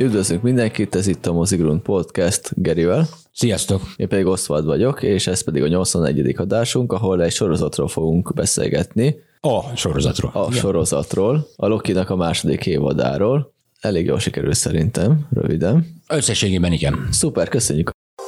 Üdvözlünk mindenkit, ez itt a Mozigrund Podcast Gerivel. Sziasztok! Én pedig Oswald vagyok, és ez pedig a 81. adásunk, ahol egy sorozatról fogunk beszélgetni. A sorozatról. A Loki-nak a második évadáról. Elég jól sikerül szerintem, röviden. Összességében igen. Szuper, köszönjük!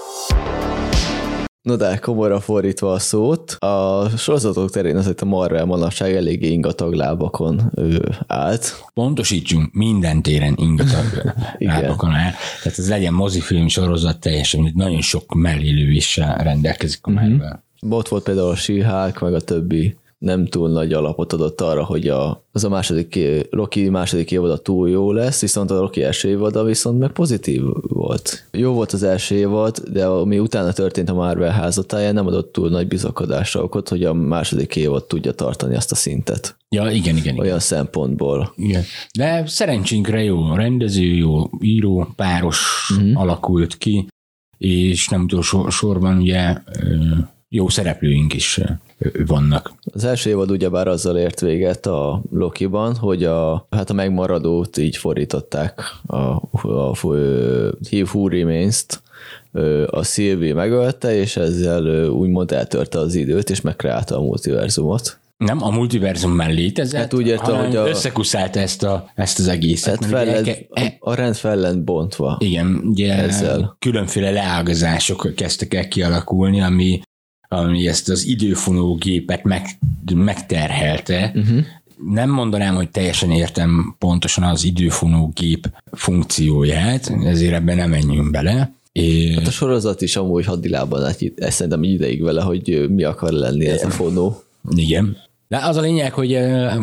No de komolyra fordítva a szót, a sorozatok terén azért a Marvel manapság eléggé ingatag lábakon állt. Pontosítsunk, minden téren ingatag lábakon áll. Tehát ez legyen mozifilm, sorozat, teljesen nagyon sok mellélővéssel rendelkezik a Marvel. Ott volt például a She-Hulk, meg a többi nem túl nagy alapot adott arra, hogy az a Loki második évada túl jó lesz, viszont a Loki első évada viszont meg pozitív volt. Jó volt az első évad, de ami utána történt a Marvel házatáján, nem adott túl nagy bizakodásra okot, hogy a második évad tudja tartani azt a szintet. Ja, igen. Olyan szempontból. Igen. De szerencsénkre jó rendező, jó író, páros alakult ki, és nem utolsó sorban ugye jó szereplőink is vannak. Az első évad ugyebár azzal ért véget a Lokiban, hogy a megmaradót így fordították, a Who Remains-t, a Sylvie megölte, és ezzel úgymond eltörte az időt, és megkreálta a multiverzumot. Nem, a multiverzum már létezett, hát úgy értem, hogy összekuszálta ezt az egészet. A rend fel lett bontva. Igen, ugye ezzel különféle leágazások kezdtek el kialakulni, ami ezt az időfonógépet megterhelte. Nem mondanám, hogy teljesen értem pontosan az időfonógép funkcióját, ezért ebben nem menjünk bele. Hát a sorozat is amúgy hadilában ezt szerintem ideig vele, hogy mi akar lenni ez a fonó. Igen. De az a lényeg, hogy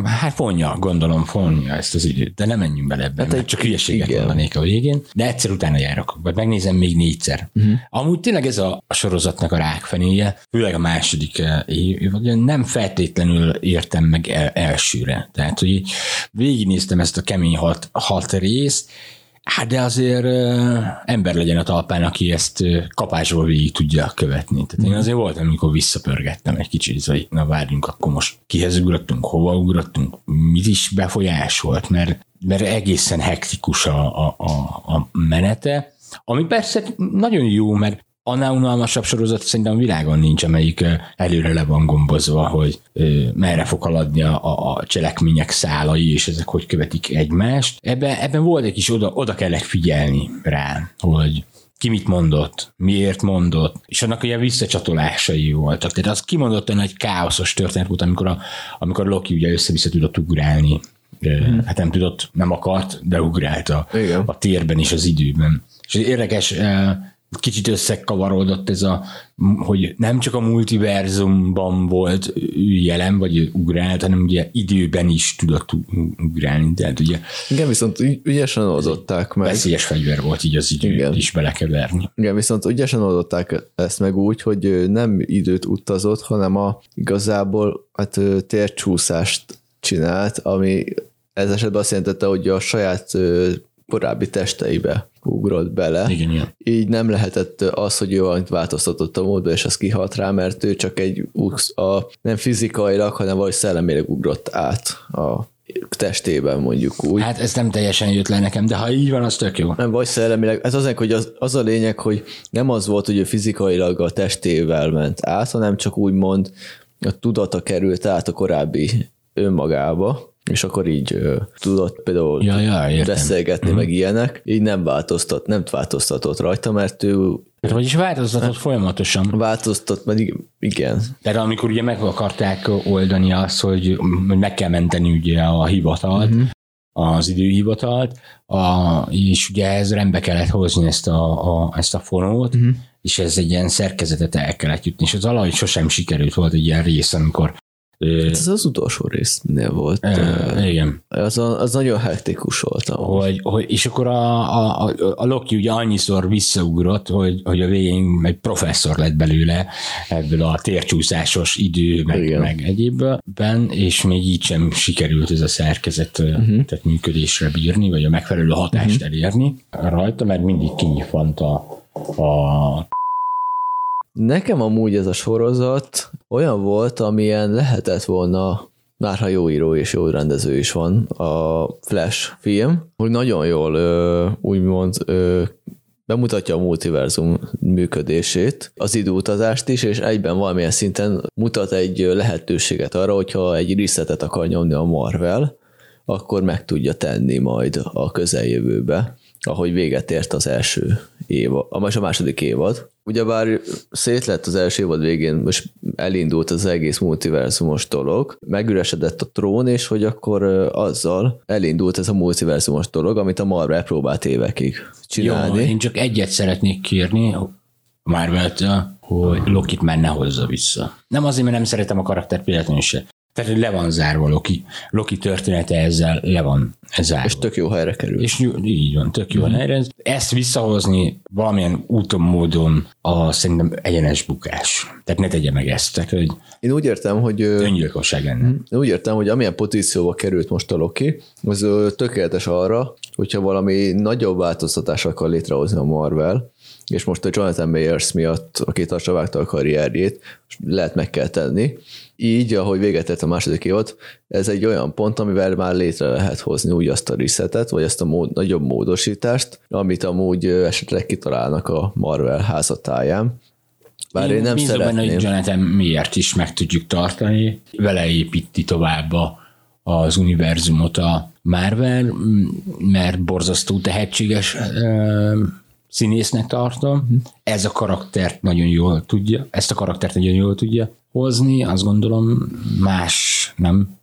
fonja ezt az időt, de nem menjünk bele ebben, mert csak hülyeséget mondanék a végén, de egyszer utána járok, vagy megnézem még 4-szer. Amúgy tényleg ez a sorozatnak a rákfenéje, főleg a második év, nem feltétlenül értem meg elsőre. Tehát, hogy végignéztem ezt a kemény 6 részt, hát de azért ember legyen a talpán, aki ezt kapásból végig tudja követni. Tehát én azért voltam, amikor visszapörgettem egy kicsit, hogy na várjunk, akkor most kihez ugrottunk, hova ugrottunk, mit is befolyásolt, mert egészen hektikus a menete, ami persze nagyon jó, mert annál unalmasabb sorozat szerintem a világon nincs, amelyik előre le van gombozva, hogy merre fog haladni a cselekmények szálai, és ezek hogy követik egymást. Ebben volt egy kis oda kellett figyelni rá, hogy ki mit mondott, miért mondott, és annak ugye visszacsatolásai voltak. Tehát az kimondottan egy káoszos történet volt, amikor Loki ugye össze-vissza tudott ugrálni. Hát nem tudott, nem akart, de ugrált a térben és az időben. És érdekes, kicsit összekavarodott ez hogy nem csak a multiverzumban volt jelen, vagy ugrált, hanem ugye időben is tudott ugrálni. Tehát ugye igen, viszont ügyesen oldották meg. Veszélyes fegyver volt így az időt is belekeverni. Igen, viszont ügyesen oldották ezt meg úgy, hogy nem időt utazott, hanem igazából tércsúszást csinált, ami ez esetben azt jelentette, hogy a saját korábbi testeibe ugrott bele. Igen. Így nem lehetett az, hogy ő valamit változtatott a módba, és az kihalt rá, mert ő csak nem fizikailag, hanem valahogy szellemileg ugrott át a testében, mondjuk úgy. Hát ez nem teljesen jött le nekem, de ha így van, az tök jó. Nem, vagy szellemileg. Ez az a lényeg, hogy nem az volt, hogy ő fizikailag a testével ment át, hanem csak úgymond a tudata került át a korábbi önmagába, és akkor így tudott például beszélgetni, meg ilyenek, így nem változtatott rajta, mert ő... Vagyis változtatott folyamatosan. Változtat, mert igen. Tehát amikor ugye meg akarták oldani azt, hogy meg kell menteni ugye a hivatalt, az időhivatalt, és ugye ez rendbe kellett hozni ezt a fonót, és ez egy ilyen szerkezetet el kellett jutni, és az valahogy sosem sikerült, volt egy ilyen rész, amikor ez az utolsó résznél volt. Igen. Az nagyon hektikus volt. És akkor a Loki ugye annyiszor visszaugrott, hogy a végén egy professzor lett belőle ebből a tércsúszásos idő, meg egyébben, és még így sem sikerült ez a szerkezet tehát működésre bírni, vagy a megfelelő hatást elérni rajta, mert mindig kinyifant a Nekem amúgy ez a sorozat olyan volt, amilyen lehetett volna Márha jó író és jó rendező is van, a Flash film, hogy nagyon jól úgymond bemutatja a multiverzum működését, az időutazást is, és egyben valamilyen szinten mutat egy lehetőséget arra, hogyha egy resetet akar nyomni a Marvel, akkor meg tudja tenni majd a közeljövőbe, ahogy véget ért az első évad, a második évad. Ugyebár szét lett az első évad végén, most elindult az egész multiverzumos dolog, megüresedett a trón, és hogy akkor azzal elindult ez a multiverzumos dolog, amit a Marvel próbált évekig csinálni. Jó, én csak egyet szeretnék kérni a Marvel-től, hogy Lokit már ne hozza vissza. Nem azért, mert nem szeretem a karaktert például se. Tehát, hogy le van zárva Loki. Loki története ezzel le van zárva. És tök jó helyre kerül. És így van, tök jó helyre. Ezt visszahozni valamilyen úton, módon szerintem egyenes bukás. Tehát ne tegye meg ezt. Tehát, hogy én úgy értem, hogy öngyilkosság lenne. Én úgy értem, hogy amilyen pozícióba került most a Loki, az tökéletes arra, hogyha valami nagyobb változtatás akar létrehozni a Marvel, és most a Jonathan Mayers miatt, aki tartsa vágta a karrierjét, lehet meg kell tenni. Így, ahogy véget ért a második évad, ez egy olyan pont, amivel már létre lehet hozni úgy azt a resetet, vagy azt a nagyobb módosítást, amit amúgy esetleg kitalálnak a Marvel házatáján. Bár én nem szeretném. Benne, hogy Jonathan Mayert is meg tudjuk tartani, vele építi tovább az univerzumot a Marvel, mert borzasztó tehetséges színésznek tartom. Ezt a karaktert nagyon jól tudja hozni, azt gondolom más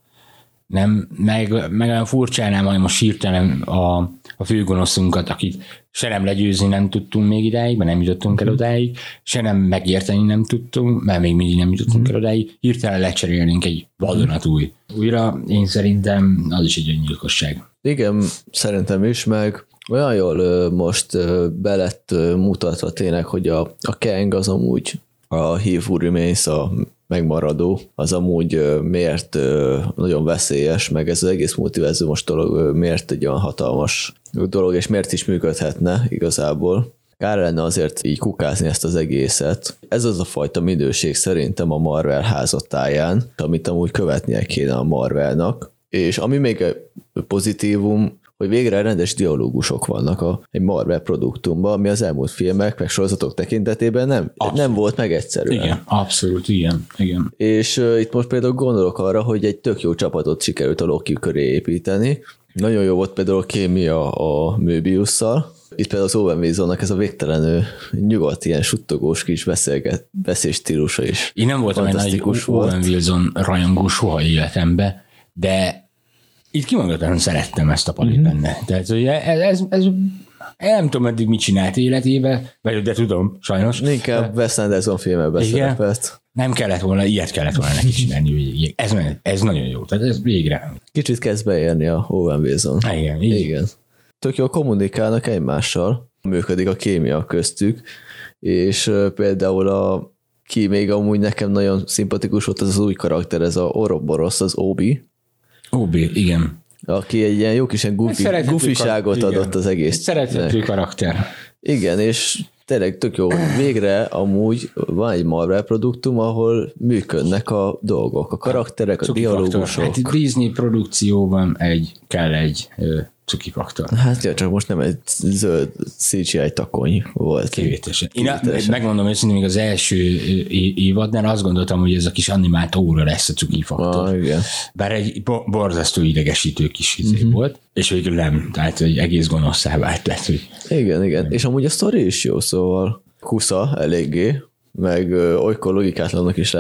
nem meg olyan furcsánál majd most hirtelen a főgonoszunkat, akit se nem legyőzni nem tudtunk még idáig, mert nem jutottunk el odáig, se nem megérteni nem tudtunk, mert még mindig nem jutottunk el odáig, hirtelen lecserélnénk egy vadonatúj újra. Én szerintem az is egy öngyilkosság. Igen, szerintem is, meg olyan jól most be lett mutatva tényleg, hogy a Kang az amúgy a He Who Remains, a megmaradó, az amúgy miért nagyon veszélyes, meg ez az egész multiverzumos dolog miért egy olyan hatalmas dolog, és miért is működhetne igazából. Kár lenne azért így kukázni ezt az egészet. Ez az a fajta minőség szerintem a Marvel házatáján, amit amúgy követnie kéne a Marvelnak. És ami még pozitívum, hogy végre rendes dialógusok vannak egy Marvel produktumban, ami az elmúlt filmek, meg sorozatok tekintetében nem volt meg egyszerűen. Igen, abszolút, igen. És itt most például gondolok arra, hogy egy tök jó csapatot sikerült a Loki köré építeni. Nagyon jó volt például a kémia a Möbiusszal. Itt például az Owen Wilsonnak ez a végtelenül nyugodt, ilyen suttogós kis beszélés stílusa is. Én nem voltam egy nagy Owen Wilson rajongó soha életemben, de itt kimondottan szerettem ezt a palit benne. Tehát, hogy ez nem tudom, eddig mit csinált életében, de tudom, sajnos. Inkább Wes Anderson filmekben szerepelt. Nem kellett volna, ilyet kellett volna neki csinálni. Ez nagyon jó, tehát ez végre. Kicsit kezd beérni a Owen Wilson. Igen. Tök jól kommunikálnak egymással, működik a kémia köztük, és például ki még amúgy nekem nagyon szimpatikus volt az új karakter, ez a Ouroboros, az Obi, igen. Aki egy ilyen jó kis gufiságot adott az egész. Szerethető karakter. Igen, és tényleg tök jó. Végre amúgy van egy Marvel produktum, ahol működnek a dolgok, a karakterek, a dialógusok. Hát Disney produkcióban kell egy cuki faktor. Hát ja, csak most nem egy zöld CGI takony volt. Kivételesen. Én megmondom őszintén, még az első évadnál azt gondoltam, hogy ez a kis animált óra lesz a cuki faktor. Igen. Bár egy borzasztó idegesítő kis volt, és végül nem, tehát hogy egész gonoszszá vált. Tehát, hogy igen. És amúgy a sztori is jó, szóval kusza eléggé, meg olykor logikátlannak is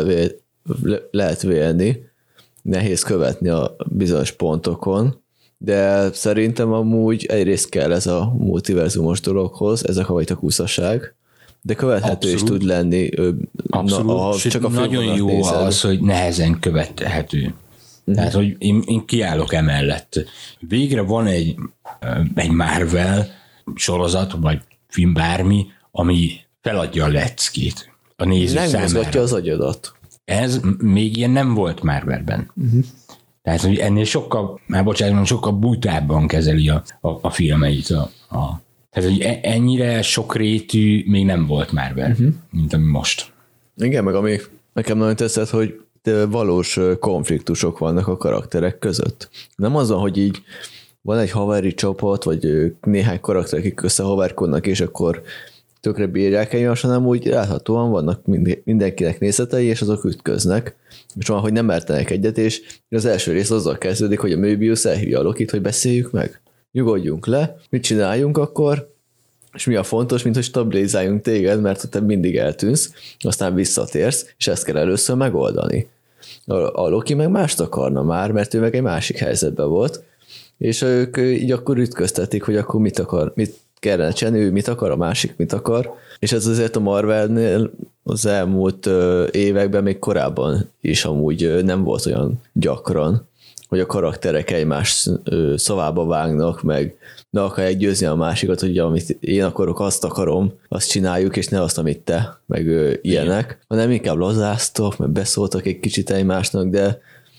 lehet vélni, nehéz követni a bizonyos pontokon, de szerintem amúgy egyrészt kell ez a multiverzumos dologhoz, ez a fajta kuszaság, de követhető is tud lenni. Csak a nagyon jó nézed. Az, hogy nehezen követhető. Tehát, hogy én kiállok emellett. Végre van egy Marvel sorozat, vagy film bármi, ami feladja a leckét a néző számára. Megmozgatja az agyadat. Ez még ilyen nem volt Marvelben. Tehát, hogy ennél sokkal butábban kezeli a filmeit. Tehát, hogy ennyire sokrétű még nem volt Marvel, mint ami most. Igen, meg ami nekem nagyon tetszett, hogy itt valós konfliktusok vannak a karakterek között. Nem az van, hogy így van egy haveri csapat, vagy néhány karakter, akik összehaverkodnak, és akkor tökre bírják egymást, hanem úgy láthatóan vannak mindenkinek nézetei, és azok ütköznek. És van, hogy nem mertenek egyet, és az első rész azzal kezdődik, hogy a Möbius elhívja a Lokit, hogy beszéljük meg. Nyugodjunk le, mit csináljunk akkor, és mi a fontos, mint hogy stabilizáljunk téged, mert te mindig eltűnsz, aztán visszatérsz, és ezt kell először megoldani. A Loki meg mást akarna már, mert ő meg egy másik helyzetben volt, és ők így akkor ütköztetik, hogy akkor mit kellene csinálni, ő mit akar, a másik mit akar, és ez azért a Marvelnél az elmúlt években, még korábban is amúgy nem volt olyan gyakran, hogy a karakterek egymás szavába vágnak, meg ne akarják győzni a másikat, hogy amit én akarok, azt akarom, azt csináljuk, és ne azt, amit te, meg ilyenek, hanem inkább lazáztok, meg beszóltak egy kicsit egymásnak, de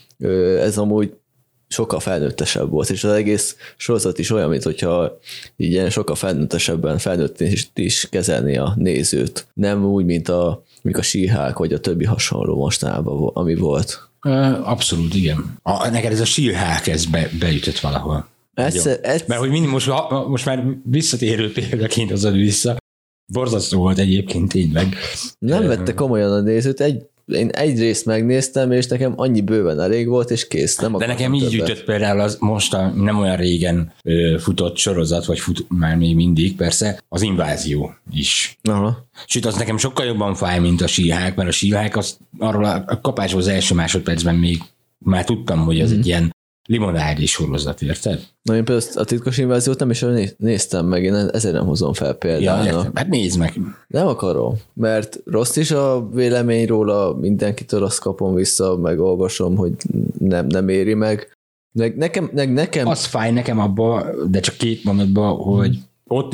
ez amúgy sokkal felnőttesebb volt, és az egész sorozat is olyan, mint hogyha így ilyen sokkal felnőtt is kezelni a nézőt. Nem úgy, mint a She-Hulk, vagy a többi hasonló mostanában, ami volt. Abszolút, igen. Neked ez a She-Hulk, ez beütött valahol. Mert hogy mindig most már visszatérő példaként hozod vissza. Borzasztó volt egyébként tényleg. Nem vette komolyan a nézőt, én egy részt megnéztem, és nekem annyi bőven elég volt, és kész. Nem de nekem így ütött például az most nem olyan régen futott sorozat, vagy fut már még mindig, persze, az Invázió is. Aha. Sőt, az nekem sokkal jobban fáj, mint a She-Hulk, mert a She-Hulk az arról a kapásból az első másodpercben még már tudtam, hogy az egy ilyen limonádi sorozat, érted? Na, én például a Titkos Inváziót nem is néztem meg, én ezért nem hozom fel például. Ja, hát nézd meg. Nem akarom, mert rossz is a vélemény róla, mindenkitől azt kapom vissza, megolvasom, hogy nem éri meg. Nekem... Az fáj nekem abba, de csak 2 mondatban, hogy ott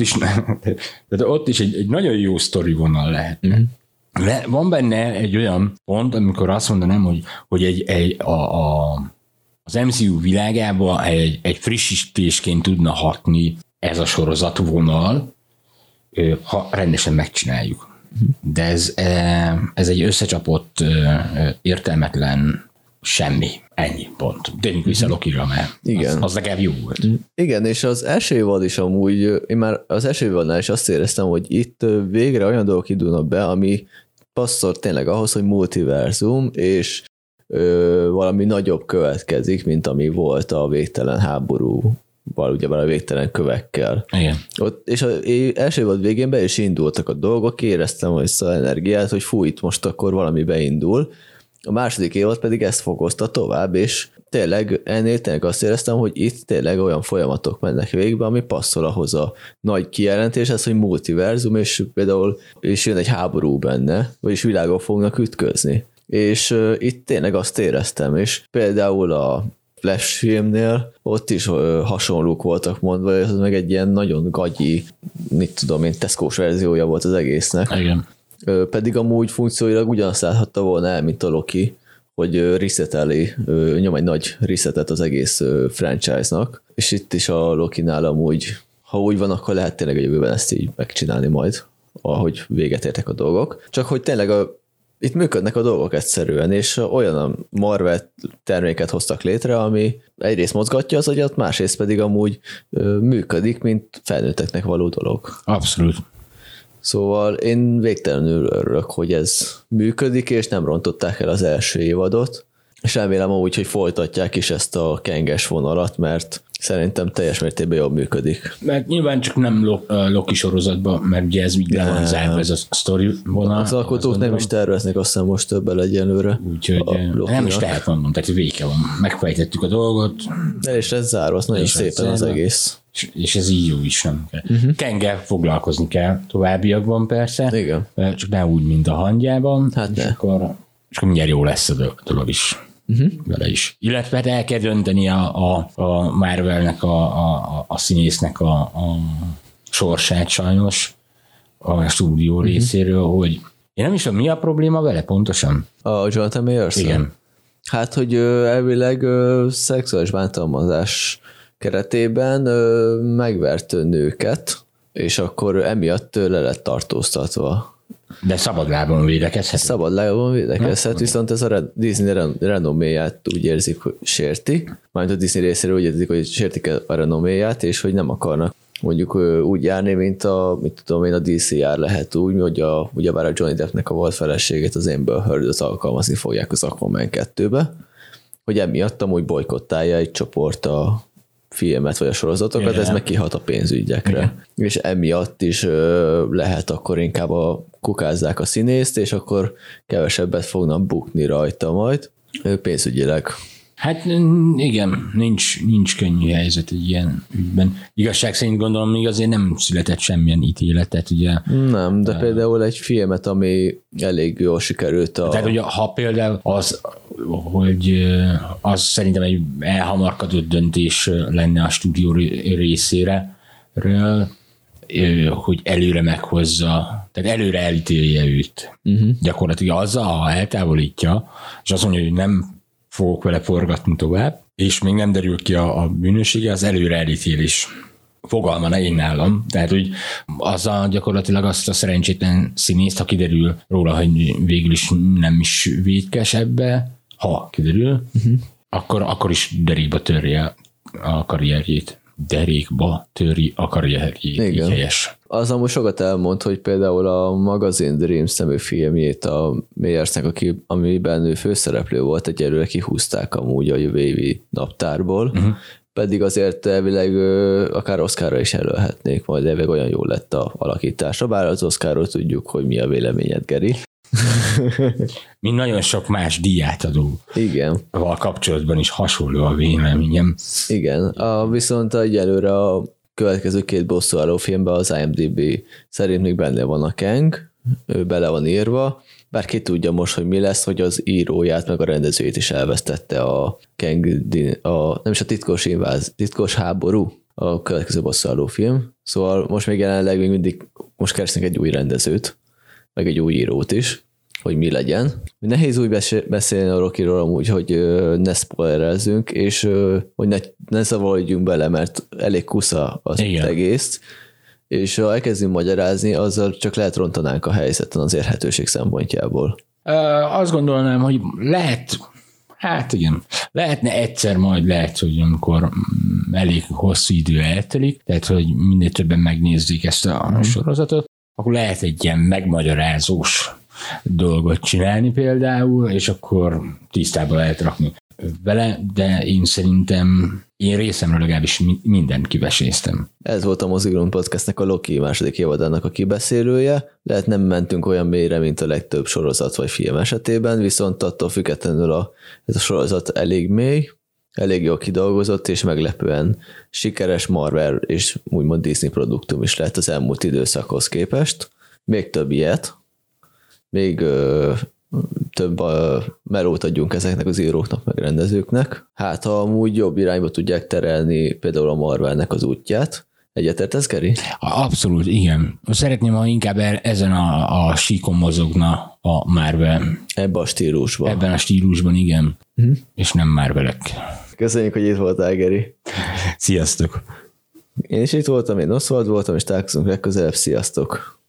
is egy nagyon jó sztori vonal lehetne. Van benne egy olyan pont, amikor azt mondanám, hogy az MCU világában egy frissítésként tudna hatni ez a sorozatvonal, ha rendesen megcsináljuk. De ez egy összecsapott, értelmetlen semmi. Ennyi pont. Térjünk vissza Lokira, mert az legalább jó volt. Igen, és az első évad is amúgy, én már az első évadnál is azt éreztem, hogy itt végre olyan dolgok indulnak be, ami passzol tényleg ahhoz, hogy multiverzum, és valami nagyobb következik, mint ami volt a végtelen háborúval, ugyebár a végtelen kövekkel. Igen. És az első évad végén be is indultak a dolgok, éreztem ezt az energiát, hogy fú, itt most akkor valami beindul. A második évad pedig ezt fokozta tovább, és tényleg azt éreztem, hogy itt tényleg olyan folyamatok mennek végbe, ami passzol ahhoz a nagy kijelentéshez, hogy multiverzum, és például és jön egy háború benne, vagyis világok fognak ütközni. És itt tényleg azt éreztem, és például a Flash filmnél ott is hasonlók voltak mondva, ez meg egy ilyen nagyon gagyi, mit tudom én, Tesco-s verziója volt az egésznek. Igen. Pedig amúgy funkcióilag ugyanazt láthatta volna el, mint a Loki, hogy nyom egy nagy resetet az egész franchise-nak, és itt is a Lokinál amúgy, ha úgy van, akkor lehet tényleg a jövőben ezt így megcsinálni majd, ahogy véget értek a dolgok. Csak hogy tényleg itt működnek a dolgok egyszerűen, és olyan a Marvel terméket hoztak létre, ami egyrészt mozgatja az agyat, másrészt pedig amúgy működik, mint felnőtteknek való dolog. Abszolút. Szóval én végtelenül örülök, hogy ez működik, és nem rontották el az első évadot, és remélem úgy, hogy folytatják is ezt a kenges vonalat, mert szerintem teljes mértékben jól működik. Mert nyilván csak nem Loki sorozatban, mert ugye ez így le van zárva, ez a sztori vonal. Az alkotók nem is terveznek, azt hiszem most többel egyenlőre. Úgyhogy nem is lehet mondom, tehát vége van. Megfejtettük a dolgot. De és ez zárva, az nagyon szépen az egész. És ez így jó is, nem kell. Kenge foglalkozni kell továbbiakban persze. Igen. Csak nem úgy, mint a hangyában. Hát és akkor mindjárt jó lesz a dolog is. Vele is. Illetve el kell dönteni a Marvelnek, a színésznek a sorsát sajnos a stúdió részéről, hogy én nem is tudom, mi a probléma vele pontosan? A Jonathan Majors? Igen. Hát, hogy elvileg szexuális bántalmazás keretében megvert nőket, és akkor emiatt le lett tartóztatva. De szabadlábon védekezhet. Szabadlábon védekezhet, viszont ez a Disney renoméját úgy érzik, hogy sérti. Mármint a Disney részéről úgy érzik, hogy sértik a renoméját, és hogy nem akarnak mondjuk úgy járni, mint a DC jár lehet úgy, hogy ugyebár a Johnny Deppnek a volt feleségét, az Amber Heardot alkalmazni fogják az Aquaman 2-be, hogy emiatt amúgy bojkottálja egy csoport a filmet vagy a sorozatokat, ez meg kihat a pénzügyekre. És emiatt is lehet akkor inkább kukázzák a színészt, és akkor kevesebbet fognak bukni rajta majd pénzügyileg. Hát igen, nincs könnyű helyzet egy ilyen ügyben. Igazság szerint gondolom, még azért nem született semmilyen ítéletet, ugye. Nem, de például egy filmet, ami elég jól sikerült Tehát, hogy ha például az szerintem egy elhamarkodott döntés lenne a stúdió részére, hogy előre meghozza, tehát előre elítélje őt. Gyakorlatilag azzal, ha eltávolítja, és azt mondja, hogy nem fogok vele forgatni tovább, és még nem derül ki a bűnössége, az előre elítélés fogalma én nálam. Tehát, hogy azzal gyakorlatilag azt a szerencsétlen színészt, ha kiderül róla, hogy végül is nem is vétkes ebbe, ha kiderül, akkor is derékba törje a karrierjét. Derékba töri a karrierjét. Igen. Helyes. Az amúgy sokat elmond, hogy például a Magazine Dreams nevű filmjét a Meyersnek, amiben ő főszereplő volt, egyelőre kihúzták amúgy a jövő évi naptárból, pedig azért elvileg akár Oscarra is jelölhetnék, majd elvileg olyan jól lett a alakítása, bár az Oscarról tudjuk, hogy mi a véleményed, Geri. Mint nagyon sok más díjátadó. Igen. Val kapcsolatban is hasonló a véleményem. Igen, viszont egyelőre a következő 2 bosszúálló filmben az IMDb szerint még benne van a Kang, ő bele van írva, bár ki tudja most, hogy mi lesz, hogy az íróját meg a rendezőjét is elvesztette a Kang, nem is a titkos háború, a következő bosszúálló film. Szóval most még jelenleg még mindig most keresnek egy új rendezőt, meg egy új írót is, hogy mi legyen. Nehéz úgy beszélni a Rockyról amúgy, hogy ne spoilerezzünk, és hogy ne szavarodjunk bele, mert elég kusza az egész, és ha elkezdünk magyarázni, azzal csak lehet rontanánk a helyzeten az érhetőség szempontjából. Azt gondolnám, hogy lehetne egyszer majd lehet, hogy amikor elég hosszú idő eltelik, tehát, hogy minél többen megnézzék ezt a sorozatot, akkor lehet egy ilyen megmagyarázós dolgot csinálni például, és akkor tisztába lehet rakni vele, de én szerintem részemről legalábbis mindent kiveséztem. Ez volt a Mozigrund Podcastnek a Loki második évadának a kibeszélője. Lehet nem mentünk olyan mélyre, mint a legtöbb sorozat vagy film esetében, viszont attól függetlenül ez a sorozat elég mély, elég jól kidolgozott, és meglepően sikeres Marvel és úgymond Disney produktum is lett az elmúlt időszakhoz képest. Még több ilyet, még több melót adjunk ezeknek az íróknak, meg rendezőknek. Hát, ha amúgy jobb irányba tudják terelni például a Marvelnek az útját. Egyetértesz, Geri? Abszolút, igen. Szeretném, ha inkább ezen a síkon mozogna a Marvel. Ebben a stílusban. Ebben a stílusban, igen. És nem Marvelek. Köszönjük, hogy itt voltál, Geri. Sziasztok! Én is itt voltam, én Oswald voltam, és találkozunk legközelebb. Sziasztok!